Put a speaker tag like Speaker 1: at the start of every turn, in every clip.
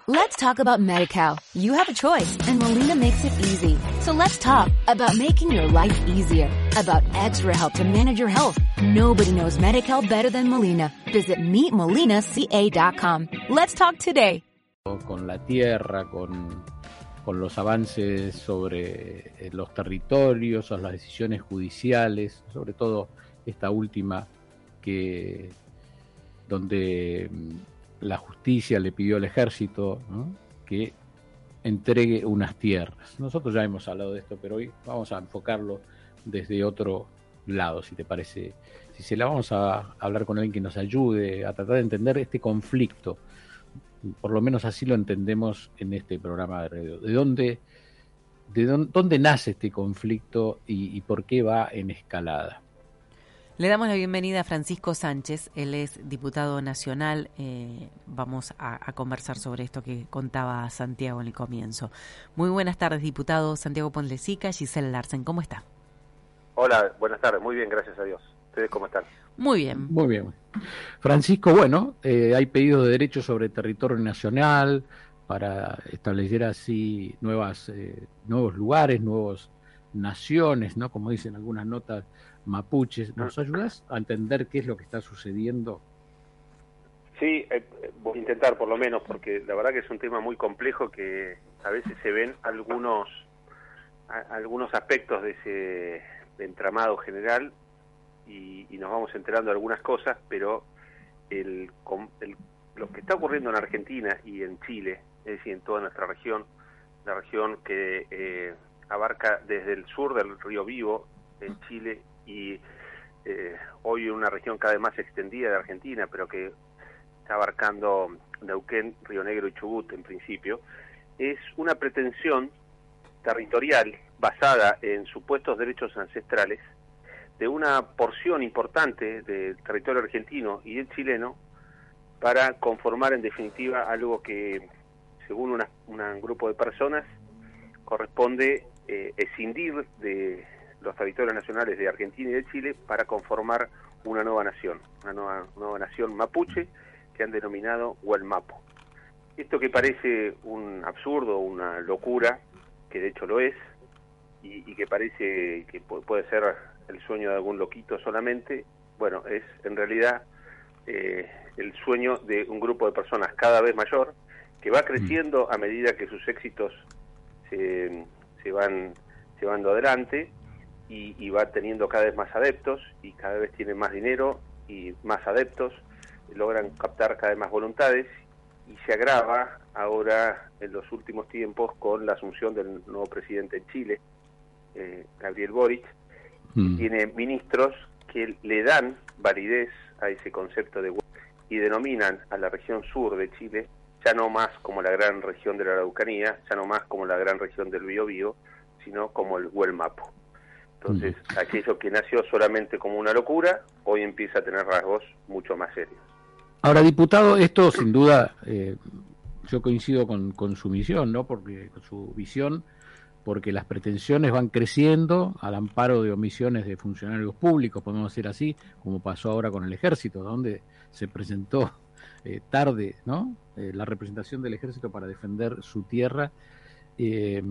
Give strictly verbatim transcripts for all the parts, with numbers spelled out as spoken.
Speaker 1: Let's talk about Medi-Cal. You have a choice, and Molina makes it easy. So let's talk about making your life easier, about extra help to manage your health. Nobody knows Medi-Cal better than Molina. Visit meet molina c a dot com. Let's talk today.
Speaker 2: Con la tierra, con, con los avances sobre los territorios, las decisiones judiciales, sobre todo esta última que donde la justicia le pidió al ejército, ¿no?, que entregue unas tierras. Nosotros ya hemos hablado de esto, pero hoy vamos a enfocarlo desde otro lado, si te parece. Si se la vamos a hablar con alguien que nos ayude a tratar de entender este conflicto, por lo menos así lo entendemos en este programa de radio. ¿De dónde, de dónde, dónde nace este conflicto y, y por qué va en escalada?
Speaker 3: Le damos la bienvenida a Francisco Sánchez, él es diputado nacional. Eh, vamos a, a conversar sobre esto que contaba Santiago en el comienzo. Muy buenas tardes, diputado Santiago Ponlecica. Giselle Larsen, ¿cómo está?
Speaker 4: Hola, buenas tardes, muy bien, gracias a Dios. ¿Ustedes cómo están?
Speaker 3: Muy bien.
Speaker 2: Muy bien. Francisco, bueno, eh, hay pedidos de derechos sobre territorio nacional para establecer así nuevas, eh, nuevos lugares, nuevas naciones, ¿no? Como dicen algunas notas, mapuches. ¿Nos ayudas a entender qué es lo que está sucediendo?
Speaker 4: Sí, eh, voy a intentar por lo menos, porque la verdad que es un tema muy complejo que a veces se ven algunos a, algunos aspectos de ese entramado general y, y nos vamos enterando de algunas cosas, pero el, el, lo que está ocurriendo en Argentina y en Chile, es decir, en toda nuestra región, la región que eh, abarca desde el sur del Río Vivo en Chile y eh, hoy una región cada vez más extendida de Argentina, pero que está abarcando Neuquén, Río Negro y Chubut en principio, es una pretensión territorial basada en supuestos derechos ancestrales de una porción importante del territorio argentino y el chileno para conformar en definitiva algo que, según una, una, un grupo de personas, corresponde eh, escindir de los territorios nacionales de Argentina y de Chile para conformar una nueva nación, una nueva, nueva nación mapuche que han denominado Huelmapo. Esto que parece un absurdo, una locura, que de hecho lo es, y, y que parece que puede ser el sueño de algún loquito solamente, bueno, es en realidad eh, el sueño de un grupo de personas cada vez mayor, que va creciendo a medida que sus éxitos se, se van llevando adelante, Y, y va teniendo cada vez más adeptos y cada vez tiene más dinero y más adeptos, logran captar cada vez más voluntades y se agrava ahora en los últimos tiempos con la asunción del nuevo presidente en Chile, eh, Gabriel Boric, mm. que tiene ministros que le dan validez a ese concepto de y denominan a la región sur de Chile ya no más como la gran región de la Araucanía, ya no más como la gran región del Biobío, sino como el Huelmapo. Entonces, aquello que nació solamente como una locura, hoy empieza a tener rasgos mucho más serios.
Speaker 2: Ahora, diputado, esto sin duda, eh, yo coincido con, con su misión, ¿no? Porque con su visión, porque las pretensiones van creciendo al amparo de omisiones de funcionarios públicos, podemos decir así, como pasó ahora con el ejército, donde se presentó eh, tarde, ¿no? Eh, la representación del ejército para defender su tierra. Eh,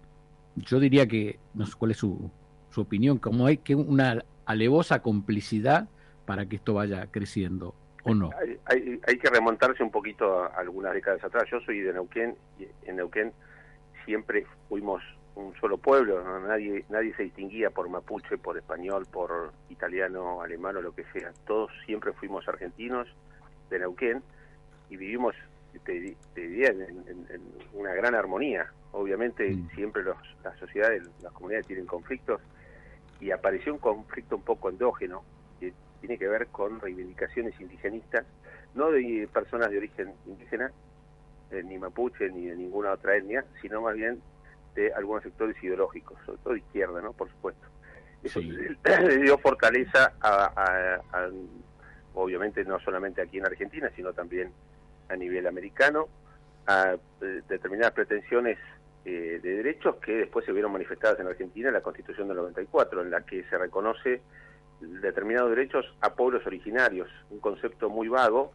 Speaker 2: yo diría que, no sé cuál es su... su opinión, como hay que una alevosa complicidad para que esto vaya creciendo, ¿o no?
Speaker 4: Hay, hay, hay que remontarse un poquito a algunas décadas atrás. Yo soy de Neuquén, y en Neuquén siempre fuimos un solo pueblo, ¿no? nadie nadie se distinguía por mapuche, por español, por italiano, alemán o lo que sea. Todos siempre fuimos argentinos de Neuquén y vivimos, te, te diría, en, en, en una gran armonía. Obviamente mm. siempre los, las sociedades, las comunidades tienen conflictos, y apareció un conflicto un poco endógeno que tiene que ver con reivindicaciones indigenistas, no de personas de origen indígena, eh, ni mapuche, ni de ninguna otra etnia, sino más bien de algunos sectores ideológicos, sobre todo de izquierda, ¿no? Por supuesto. Eso sí. le dio fortaleza a, a, a, obviamente no solamente aquí en Argentina, sino también a nivel americano, a eh, determinadas pretensiones eh, de derechos que después se vieron manifestadas en Argentina en la Constitución del noventa y cuatro, en la que se reconoce determinados derechos a pueblos originarios, un concepto muy vago,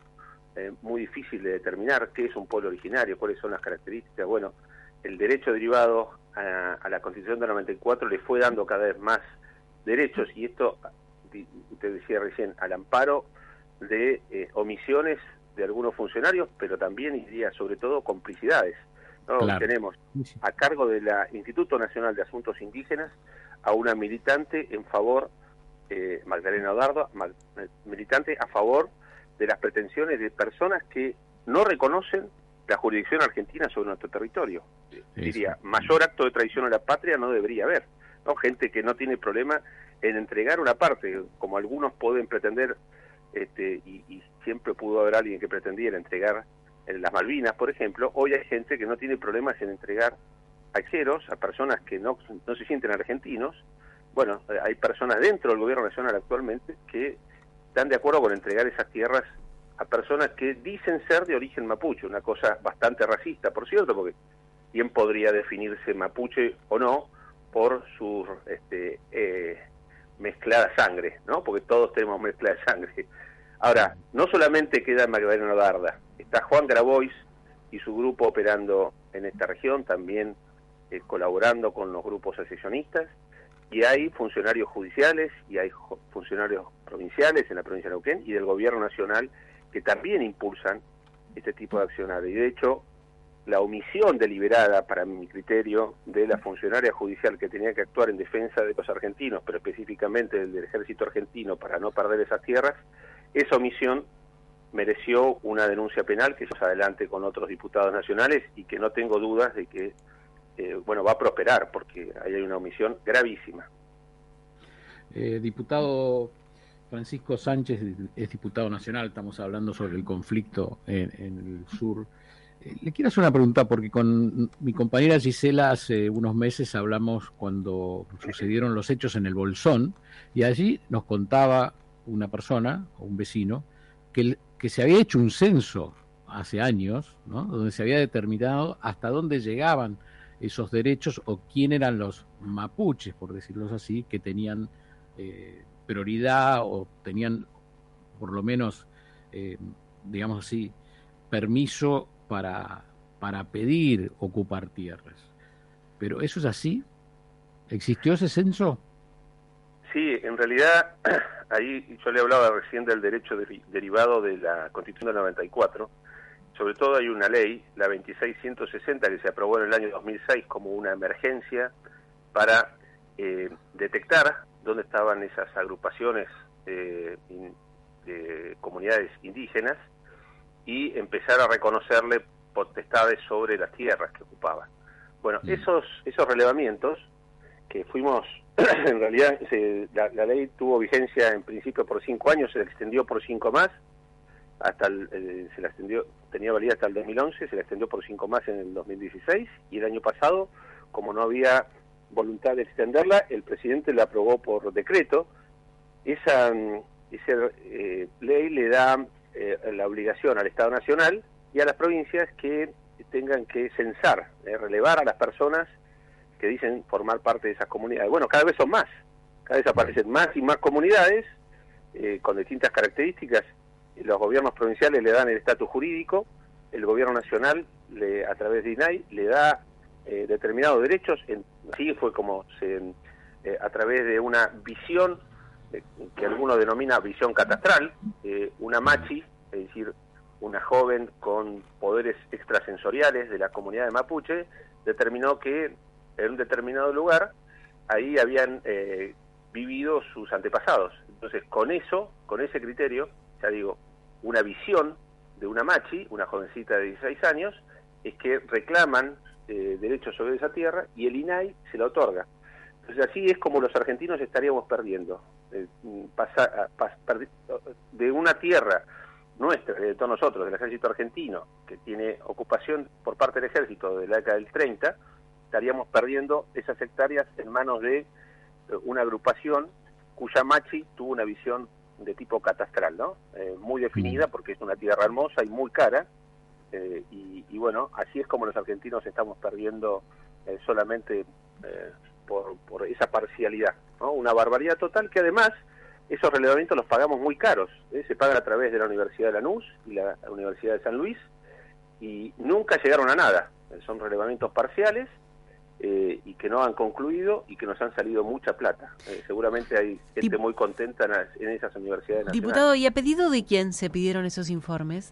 Speaker 4: eh, muy difícil de determinar qué es un pueblo originario, cuáles son las características. Bueno, el derecho derivado a, a la Constitución del noventa y cuatro le fue dando cada vez más derechos, y esto, te decía recién, al amparo de eh, omisiones de algunos funcionarios, pero también, diría, sobre todo, complicidades, ¿no? Claro. Tenemos a cargo del Instituto Nacional de Asuntos Indígenas a una militante en favor, eh, Magdalena Odardo, mag, militante a favor de las pretensiones de personas que no reconocen la jurisdicción argentina sobre nuestro territorio. Sí, diría, sí. Mayor acto de traición a la patria no debería haber, ¿no? Gente que no tiene problema en entregar una parte, como algunos pueden pretender, este, y, y siempre pudo haber alguien que pretendiera entregar las Malvinas, por ejemplo. Hoy hay gente que no tiene problemas en entregar a extranjeros, a personas que no, no se sienten argentinos. Bueno, hay personas dentro del gobierno nacional actualmente que están de acuerdo con entregar esas tierras a personas que dicen ser de origen mapuche, una cosa bastante racista, por cierto, porque quién podría definirse mapuche o no por su este, eh, mezclada sangre, ¿no? Porque todos tenemos mezcla de sangre. Ahora, no solamente queda Magdalena Odardo, está Juan Grabois y su grupo operando en esta región, también eh, colaborando con los grupos secesionistas, y hay funcionarios judiciales y hay funcionarios provinciales en la provincia de Neuquén y del gobierno nacional que también impulsan este tipo de accionarios. Y de hecho, la omisión deliberada, para mi criterio, de la funcionaria judicial que tenía que actuar en defensa de los argentinos, pero específicamente del, del ejército argentino, para no perder esas tierras, esa omisión mereció una denuncia penal que se adelante con otros diputados nacionales y que no tengo dudas de que eh, bueno, va a prosperar, porque ahí hay una omisión gravísima.
Speaker 2: Eh, diputado Francisco Sánchez es diputado nacional, estamos hablando sobre el conflicto en, en el sur. Eh, le quiero hacer una pregunta, porque con mi compañera Gisela hace unos meses hablamos cuando sucedieron los hechos en el Bolsón, y allí nos contaba una persona, o un vecino, que, el, que se había hecho un censo hace años, ¿no? Donde se había determinado hasta dónde llegaban esos derechos o quién eran los mapuches, por decirlo así, que tenían eh, prioridad o tenían por lo menos, eh, digamos así, permiso para, para pedir ocupar tierras. ¿Pero eso es así? ¿Existió ese censo?
Speaker 4: Sí, en realidad, ahí yo le hablaba recién del derecho de, derivado de la Constitución del noventa y cuatro. Sobre todo hay una ley, la veintiséis ciento sesenta, que se aprobó en el año dos mil seis como una emergencia para eh, detectar dónde estaban esas agrupaciones eh, in, de comunidades indígenas y empezar a reconocerle potestades sobre las tierras que ocupaban. Bueno, mm. esos esos relevamientos que fuimos, en realidad se, la, la ley tuvo vigencia en principio por cinco años, se extendió por cinco más, hasta el, eh, se la extendió, tenía validez hasta el dos mil once, se la extendió por cinco más en el dos mil dieciséis, y el año pasado, como no había voluntad de extenderla, el presidente la aprobó por decreto. Esa, esa eh, ley le da eh, la obligación al Estado Nacional y a las provincias que tengan que censar, eh, relevar a las personas que dicen formar parte de esas comunidades. Bueno, cada vez son más, cada vez aparecen más y más comunidades eh, con distintas características. Los gobiernos provinciales le dan el estatus jurídico, el gobierno nacional, le, a través de I N A I, le da eh, determinados derechos. En, así fue como se, eh, a través de una visión, eh, que alguno denomina visión catastral, eh, una machi, es decir, una joven con poderes extrasensoriales de la comunidad de Mapuche, determinó que en un determinado lugar, ahí habían eh, vivido sus antepasados. Entonces, con eso, con ese criterio, ya digo, una visión de una machi, una jovencita de dieciséis años, es que reclaman eh, derechos sobre esa tierra y el I N A I se la otorga. Entonces así es como los argentinos estaríamos perdiendo, eh, pasa, pas, perdi, de una tierra nuestra, de todos nosotros, del ejército argentino, que tiene ocupación por parte del ejército de la década del treinta, estaríamos perdiendo esas hectáreas en manos de eh, una agrupación cuya machi tuvo una visión de tipo catastral, ¿no? Eh, muy definida, porque es una tierra hermosa y muy cara, eh, y, y bueno, así es como los argentinos estamos perdiendo eh, solamente eh, por, por esa parcialidad, ¿no? Una barbaridad total que además esos relevamientos los pagamos muy caros, ¿eh? Se pagan a través de la Universidad de Lanús y la Universidad de San Luis, y nunca llegaron a nada. Son relevamientos parciales eh, y que no han concluido y que nos han salido mucha plata. Eh, seguramente hay gente
Speaker 3: Dip-
Speaker 4: muy contenta en, las, en esas universidades nacionales.
Speaker 3: Diputado, ¿y a pedido de quién se pidieron esos informes?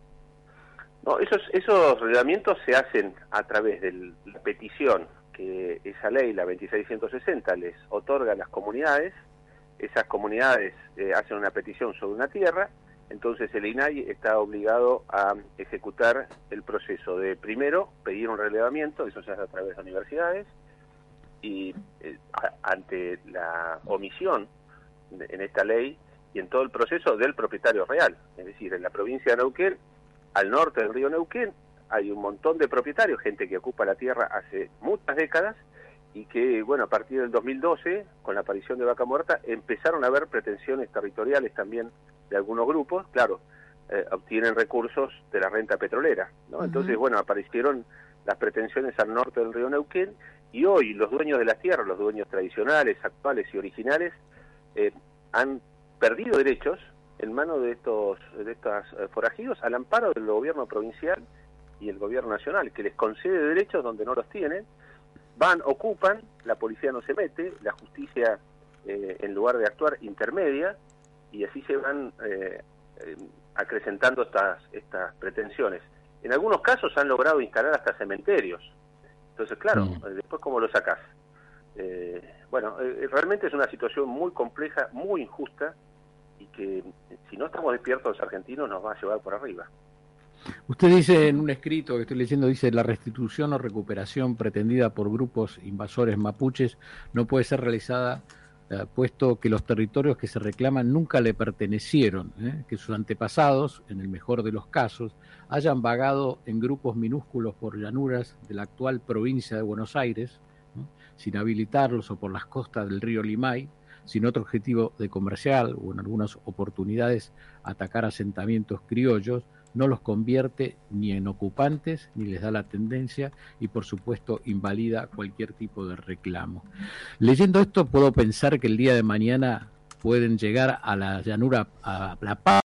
Speaker 4: No, esos, esos relevamientos se hacen a través de la petición que esa ley, la veintiséis ciento sesenta, les otorga a las comunidades. Esas comunidades eh, hacen una petición sobre una tierra, entonces el I N A I está obligado a ejecutar el proceso de, primero, pedir un relevamiento, eso se hace a través de universidades, y eh, a, ante la omisión de, en esta ley y en todo el proceso del propietario real, es decir, en la provincia de Neuquén, al norte del río Neuquén, hay un montón de propietarios, gente que ocupa la tierra hace muchas décadas, y que, bueno, a partir del dos mil doce, con la aparición de Vaca Muerta, empezaron a haber pretensiones territoriales también de algunos grupos, claro, eh, obtienen recursos de la renta petrolera, ¿no? Uh-huh. Entonces, bueno, aparecieron las pretensiones al norte del río Neuquén, y hoy los dueños de las tierras, los dueños tradicionales, actuales y originales, eh, han perdido derechos en manos de estos, de estos eh, forajidos, al amparo del gobierno provincial y el gobierno nacional, que les concede derechos donde no los tienen. Van, ocupan, la policía no se mete, la justicia, eh, en lugar de actuar, intermedia, y así se van eh, eh, acrecentando estas, estas pretensiones. En algunos casos han logrado instalar hasta cementerios. Entonces, claro, mm. después ¿cómo lo sacás? Eh, bueno, eh, realmente es una situación muy compleja, muy injusta, y que si no estamos despiertos los argentinos nos va a llevar por arriba.
Speaker 2: Usted dice en un escrito que estoy leyendo, dice: la restitución o recuperación pretendida por grupos invasores mapuches no puede ser realizada eh, puesto que los territorios que se reclaman nunca le pertenecieron, ¿eh? que sus antepasados, en el mejor de los casos, hayan vagado en grupos minúsculos por llanuras de la actual provincia de Buenos Aires, ¿no? sin habilitarlos, o por las costas del río Limay, sin otro objetivo de comercial o en algunas oportunidades atacar asentamientos criollos, no los convierte ni en ocupantes, ni les da la tendencia, y por supuesto invalida cualquier tipo de reclamo. Leyendo esto puedo pensar que el día de mañana pueden llegar a la llanura, a La Paz.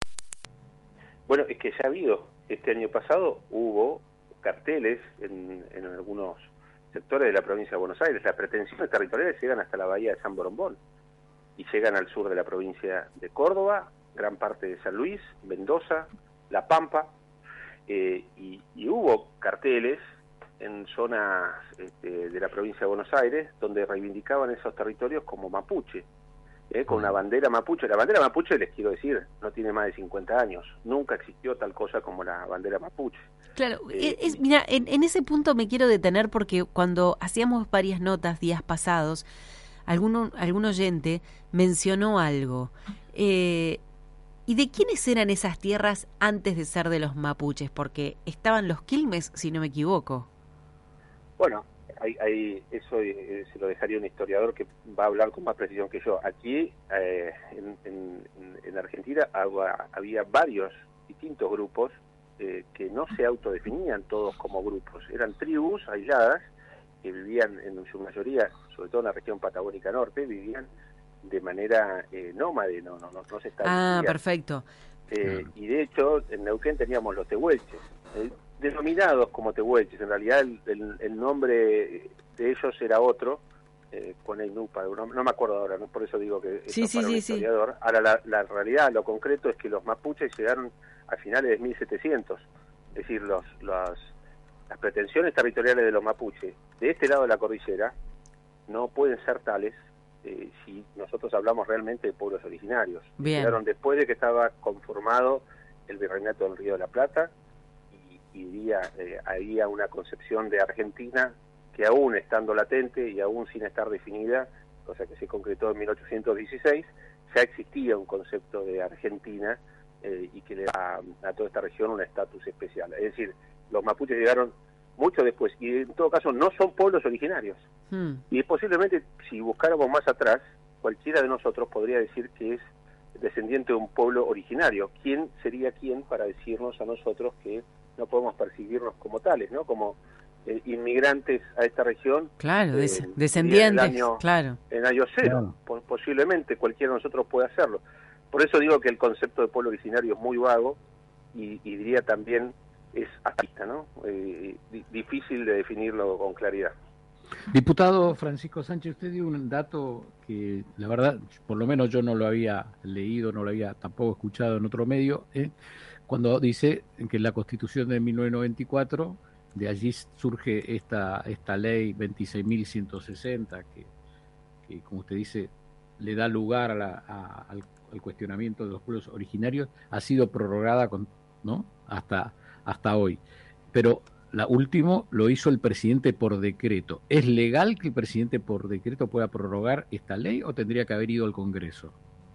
Speaker 4: Bueno, es que ya ha habido, este año pasado hubo carteles en, en algunos sectores de la provincia de Buenos Aires. Las pretensiones territoriales llegan hasta la bahía de San Borombón y llegan al sur de la provincia de Córdoba, gran parte de San Luis, Mendoza, La Pampa, eh, y, y hubo carteles en zonas este, de la provincia de Buenos Aires donde reivindicaban esos territorios como mapuche, eh, con una bandera mapuche. La bandera mapuche, les quiero decir, no tiene más de cincuenta años, nunca existió tal cosa como la bandera mapuche.
Speaker 3: Claro,
Speaker 4: eh,
Speaker 3: es, mira, en, en ese punto me quiero detener porque cuando hacíamos varias notas días pasados, alguno, algún oyente mencionó algo. Eh, ¿Y de quiénes eran esas tierras antes de ser de los mapuches? Porque estaban los quilmes, si no me equivoco.
Speaker 4: Bueno, hay, hay, eso eh, se lo dejaría un historiador que va a hablar con más precisión que yo. Aquí, eh, en, en, en Argentina, había, había varios distintos grupos eh, que no se autodefinían todos como grupos. Eran tribus aisladas que vivían en su mayoría, sobre todo en la región patagónica norte, vivían de manera eh, nómade, no, no, no, no se establecía.
Speaker 3: Ah, perfecto.
Speaker 4: Eh, y de hecho, en Neuquén teníamos los tehuelches, eh, denominados como tehuelches. En realidad el, el, el nombre de ellos era otro, eh, con el Nupa, no, no me acuerdo ahora, ¿no? Por eso digo que
Speaker 3: sí,
Speaker 4: es
Speaker 3: sí,
Speaker 4: para un
Speaker 3: sí,
Speaker 4: historiador.
Speaker 3: sí.
Speaker 4: Ahora la, la realidad, lo concreto es que los mapuches llegaron a finales de mil setecientos, es decir, los, los, las pretensiones territoriales de los mapuches de este lado de la cordillera no pueden ser tales Eh, si nosotros hablamos realmente de pueblos originarios.
Speaker 3: Bien.
Speaker 4: Llegaron después de que estaba conformado el Virreinato del Río de la Plata, y, y había, eh, había una concepción de Argentina que, aún estando latente y aún sin estar definida, cosa que se concretó en mil ochocientos dieciséis, ya existía un concepto de Argentina eh, y que le da a, a toda esta región un estatus especial. Es decir, los mapuches llegaron mucho después, y en todo caso no son pueblos originarios. Hmm. Y posiblemente, si buscáramos más atrás, cualquiera de nosotros podría decir que es descendiente de un pueblo originario. ¿Quién sería quién para decirnos a nosotros que no podemos percibirnos como tales, ¿no? Como, eh, inmigrantes a esta región.
Speaker 3: Claro, des
Speaker 4: eh,
Speaker 3: descendientes,
Speaker 4: en el año,
Speaker 3: claro.
Speaker 4: En año cero, claro. Posiblemente cualquiera de nosotros puede hacerlo. Por eso digo que el concepto de pueblo originario es muy vago y, y diría también es atista, ¿no? Eh, di difícil de definirlo con claridad.
Speaker 2: Diputado Francisco Sánchez, usted dio un dato que la verdad, por lo menos yo no lo había leído, no lo había tampoco escuchado en otro medio, ¿eh? Cuando dice que en la Constitución de mil novecientos noventa y cuatro, de allí surge esta, esta ley veintiséis mil ciento sesenta, que, que como usted dice, le da lugar a la, a, al, al cuestionamiento de los pueblos originarios, ha sido prorrogada con, ¿no? hasta, hasta hoy. Pero la último lo hizo el presidente por decreto. ¿Es legal que el presidente por decreto pueda prorrogar esta ley o tendría que haber ido al Congreso?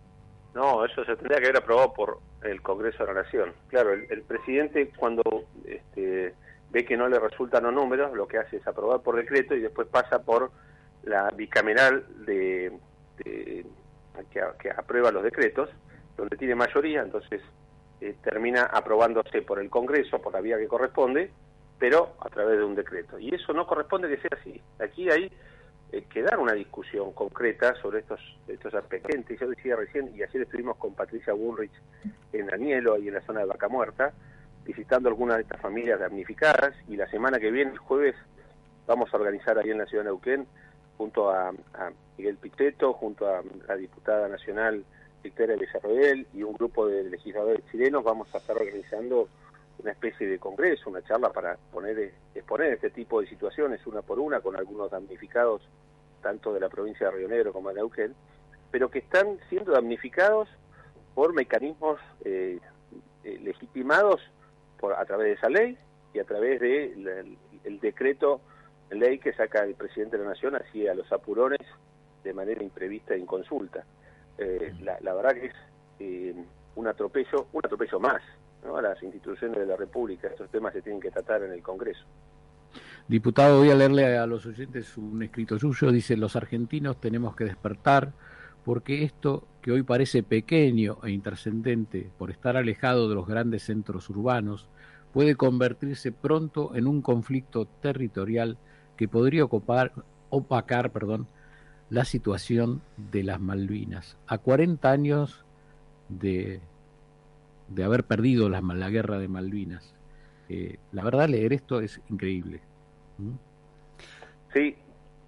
Speaker 4: No, eso se tendría que haber aprobado por el Congreso de la Nación. Claro, el, el presidente cuando este, ve que no le resultan los números, lo que hace es aprobar por decreto y después pasa por la bicameral de, de que, que aprueba los decretos, donde tiene mayoría, entonces eh, termina aprobándose por el Congreso, por la vía que corresponde, pero a través de un decreto. Y eso no corresponde que sea así. Aquí hay eh, que dar una discusión concreta sobre estos estos aspectos. Yo decía recién, y ayer estuvimos con Patricia Bullrich en Anielo, y en la zona de Vaca Muerta, visitando algunas de estas familias damnificadas, y la semana que viene, el jueves, vamos a organizar ahí en la ciudad de Neuquén, junto a, a Miguel Pichetto, junto a la diputada nacional Victoria Villarroel y un grupo de legisladores chilenos, vamos a estar organizando una especie de congreso, una charla para poner exponer este tipo de situaciones una por una con algunos damnificados tanto de la provincia de Río Negro como de Neuquén, pero que están siendo damnificados por mecanismos eh, eh, legitimados por a través de esa ley y a través de la, el, el decreto ley que saca el presidente de la Nación así a los apurones de manera imprevista e inconsulta. Eh, la, la verdad que es eh, un atropello, un atropello más, ¿no? A las instituciones de la República. Estos temas se tienen que tratar en el Congreso.
Speaker 2: Diputado, voy a leerle a los oyentes un escrito suyo. Dice: los argentinos tenemos que despertar porque esto que hoy parece pequeño e intrascendente por estar alejado de los grandes centros urbanos puede convertirse pronto en un conflicto territorial que podría ocupar, opacar perdón, la situación de las Malvinas. A cuarenta años de, de haber perdido la, la guerra de Malvinas. Eh, la verdad, leer esto es increíble. ¿Mm?
Speaker 4: Sí,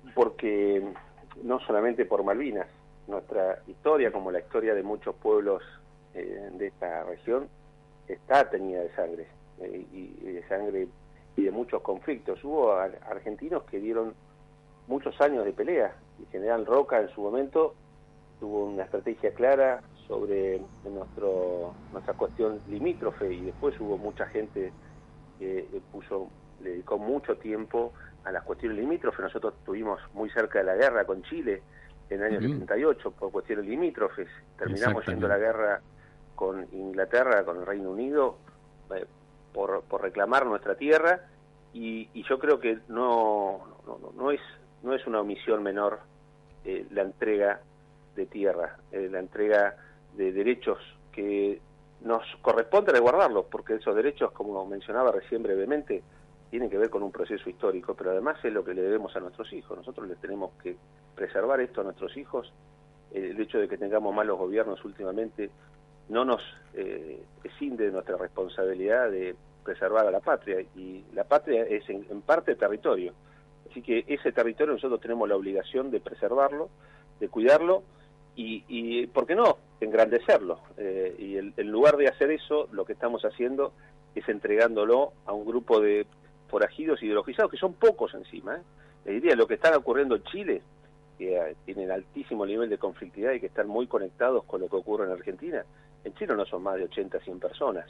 Speaker 4: porque no solamente por Malvinas, nuestra historia, como la historia de muchos pueblos eh, de esta región, está teñida de sangre, eh, y, y de sangre y de muchos conflictos. Hubo ar argentinos que dieron muchos años de pelea. El general Roca en su momento tuvo una estrategia clara sobre nuestro nuestra cuestión limítrofe, y después hubo mucha gente que puso, le dedicó mucho tiempo a las cuestiones limítrofes. Nosotros estuvimos muy cerca de la guerra con Chile en el año uh-huh. setenta y ocho por cuestiones limítrofes. Terminamos yendo a la guerra con Inglaterra, con el Reino Unido, eh, por, por reclamar nuestra tierra, y, y yo creo que no, no, no, es, no es una omisión menor eh, la entrega de tierra, eh, la entrega de derechos que nos corresponde resguardarlos, porque esos derechos, como mencionaba recién brevemente, tienen que ver con un proceso histórico, pero además es lo que le debemos a nuestros hijos. Nosotros les tenemos que preservar esto a nuestros hijos. Eh, el hecho de que tengamos malos gobiernos últimamente no nos eh, escinde de nuestra responsabilidad de preservar a la patria, y la patria es en, en parte territorio, así que ese territorio nosotros tenemos la obligación de preservarlo, de cuidarlo y, y ¿por qué no?, engrandecerlo, eh, y el, en lugar de hacer eso, lo que estamos haciendo es entregándolo a un grupo de forajidos ideologizados, que son pocos encima, ¿eh? Les diría, lo que está ocurriendo en Chile, que eh, tienen altísimo nivel de conflictividad y que están muy conectados con lo que ocurre en Argentina. En Chile no son más de ochenta, cien personas.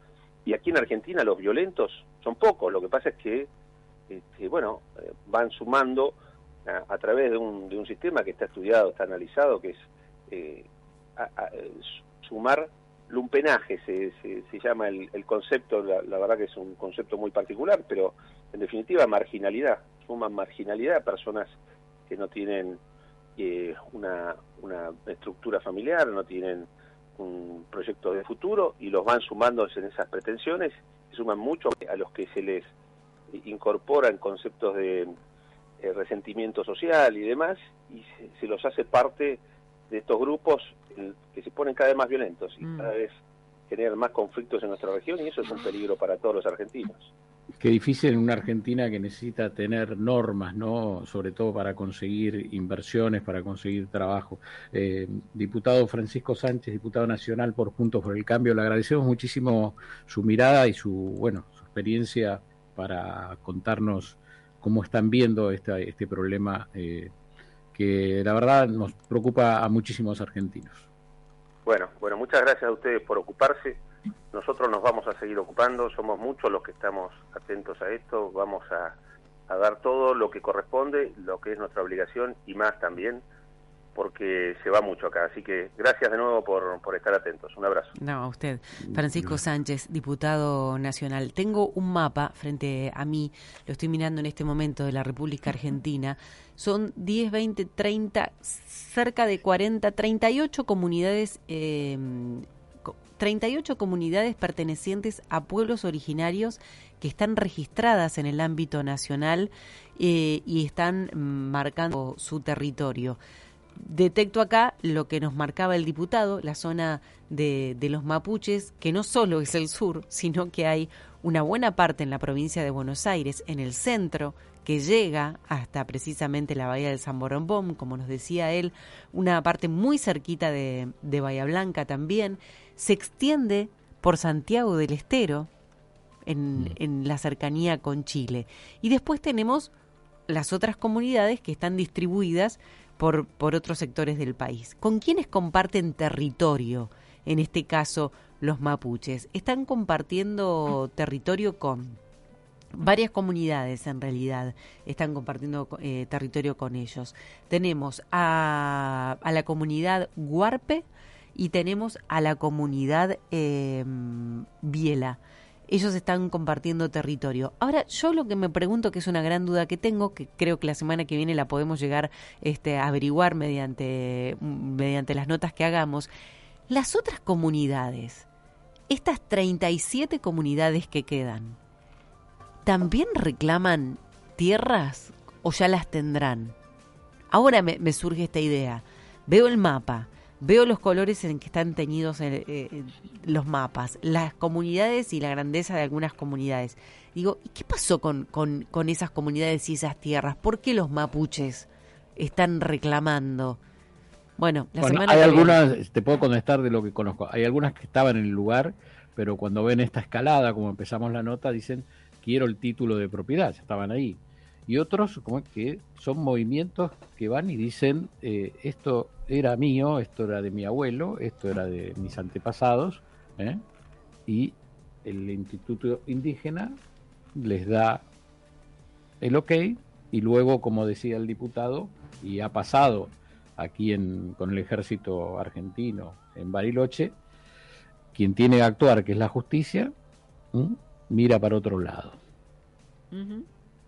Speaker 4: Y aquí en Argentina los violentos son pocos. Lo que pasa es que, este, bueno, eh, van sumando a, a través de un, de un sistema que está estudiado, está analizado, que es eh, a, a, sumar lumpenaje, se, se, se llama el, el concepto. La, la verdad que es un concepto muy particular, pero en definitiva marginalidad. Suman marginalidad a personas que no tienen eh, una, una estructura familiar, no tienen un proyecto de futuro, y los van sumando en esas pretensiones, se suman mucho a los que se les incorporan conceptos de eh, resentimiento social y demás, y se, se los hace parte de estos grupos el, que se ponen cada vez más violentos y mm. cada vez generan más conflictos en nuestra región, y eso es un peligro para todos los argentinos.
Speaker 2: Qué difícil en una Argentina que necesita tener normas, ¿no? Sobre todo para conseguir inversiones, para conseguir trabajo. Eh, diputado Francisco Sánchez, diputado nacional por Juntos por el Cambio, le agradecemos muchísimo su mirada y su, bueno, su experiencia para contarnos cómo están viendo este, este problema eh, que la verdad nos preocupa a muchísimos argentinos.
Speaker 4: Bueno, bueno, muchas gracias a ustedes por ocuparse. Nosotros nos vamos a seguir ocupando, somos muchos los que estamos atentos a esto, vamos a, a dar todo lo que corresponde, lo que es nuestra obligación y más también, porque se va mucho acá. Así que gracias de nuevo por, por estar atentos. Un abrazo.
Speaker 3: No, a usted. Francisco Sánchez, diputado nacional. Tengo un mapa frente a mí, lo estoy mirando en este momento, de la República Argentina. Son diez, veinte, treinta, cerca de cuarenta, treinta y ocho comunidades eh, treinta y ocho comunidades pertenecientes a pueblos originarios que están registradas en el ámbito nacional eh, y están marcando su territorio. Detecto acá lo que nos marcaba el diputado, la zona de, de los mapuches, que no solo es el sur, sino que hay una buena parte en la provincia de Buenos Aires, en el centro, que llega hasta precisamente la bahía del San Borombón, como nos decía él, una parte muy cerquita de, de Bahía Blanca también, se extiende por Santiago del Estero, en, en la cercanía con Chile. Y después tenemos las otras comunidades que están distribuidas por, por otros sectores del país. ¿Con quiénes comparten territorio? En este caso, los mapuches. Están compartiendo territorio con varias comunidades, en realidad, están compartiendo eh, territorio con ellos. Tenemos a, a la comunidad Huarpe y tenemos a la comunidad eh, Biela. Ellos están compartiendo territorio. Ahora, yo lo que me pregunto, que es una gran duda que tengo, que creo que la semana que viene la podemos llegar este, a averiguar mediante, mediante las notas que hagamos, las otras comunidades, estas treinta y siete comunidades que quedan, ¿también reclaman tierras o ya las tendrán? Ahora me, me surge esta idea. Veo el mapa, veo los colores en que están teñidos eh, eh, los mapas, las comunidades y la grandeza de algunas comunidades. Digo, ¿y qué pasó con, con, con esas comunidades y esas tierras? ¿Por qué los mapuches están reclamando? Bueno, la
Speaker 2: bueno,
Speaker 3: semana
Speaker 2: hay
Speaker 3: que
Speaker 2: algunas,
Speaker 3: viene...
Speaker 2: te puedo contestar de lo que conozco. Hay algunas que estaban en el lugar, pero cuando ven esta escalada, como empezamos la nota, dicen, quiero el título de propiedad, ya estaban ahí. Y otros como que son movimientos que van y dicen, eh, esto era mío, esto era de mi abuelo, esto era de mis antepasados, ¿eh? Y el Instituto Indígena les da el ok, y luego, como decía el diputado, y ha pasado aquí en, con el ejército argentino en Bariloche, quien tiene que actuar, que es la justicia, ¿m? mira para otro lado.
Speaker 3: Uh-huh.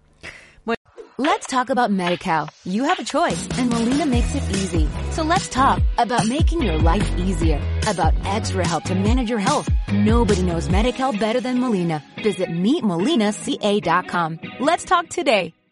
Speaker 1: Let's talk about Medi-Cal. You have a choice, and Molina makes it easy. So let's talk about making your life easier, about extra help to manage your health. Nobody knows Medi-Cal better than Molina. Visit meet molina c a dot com. Let's talk today.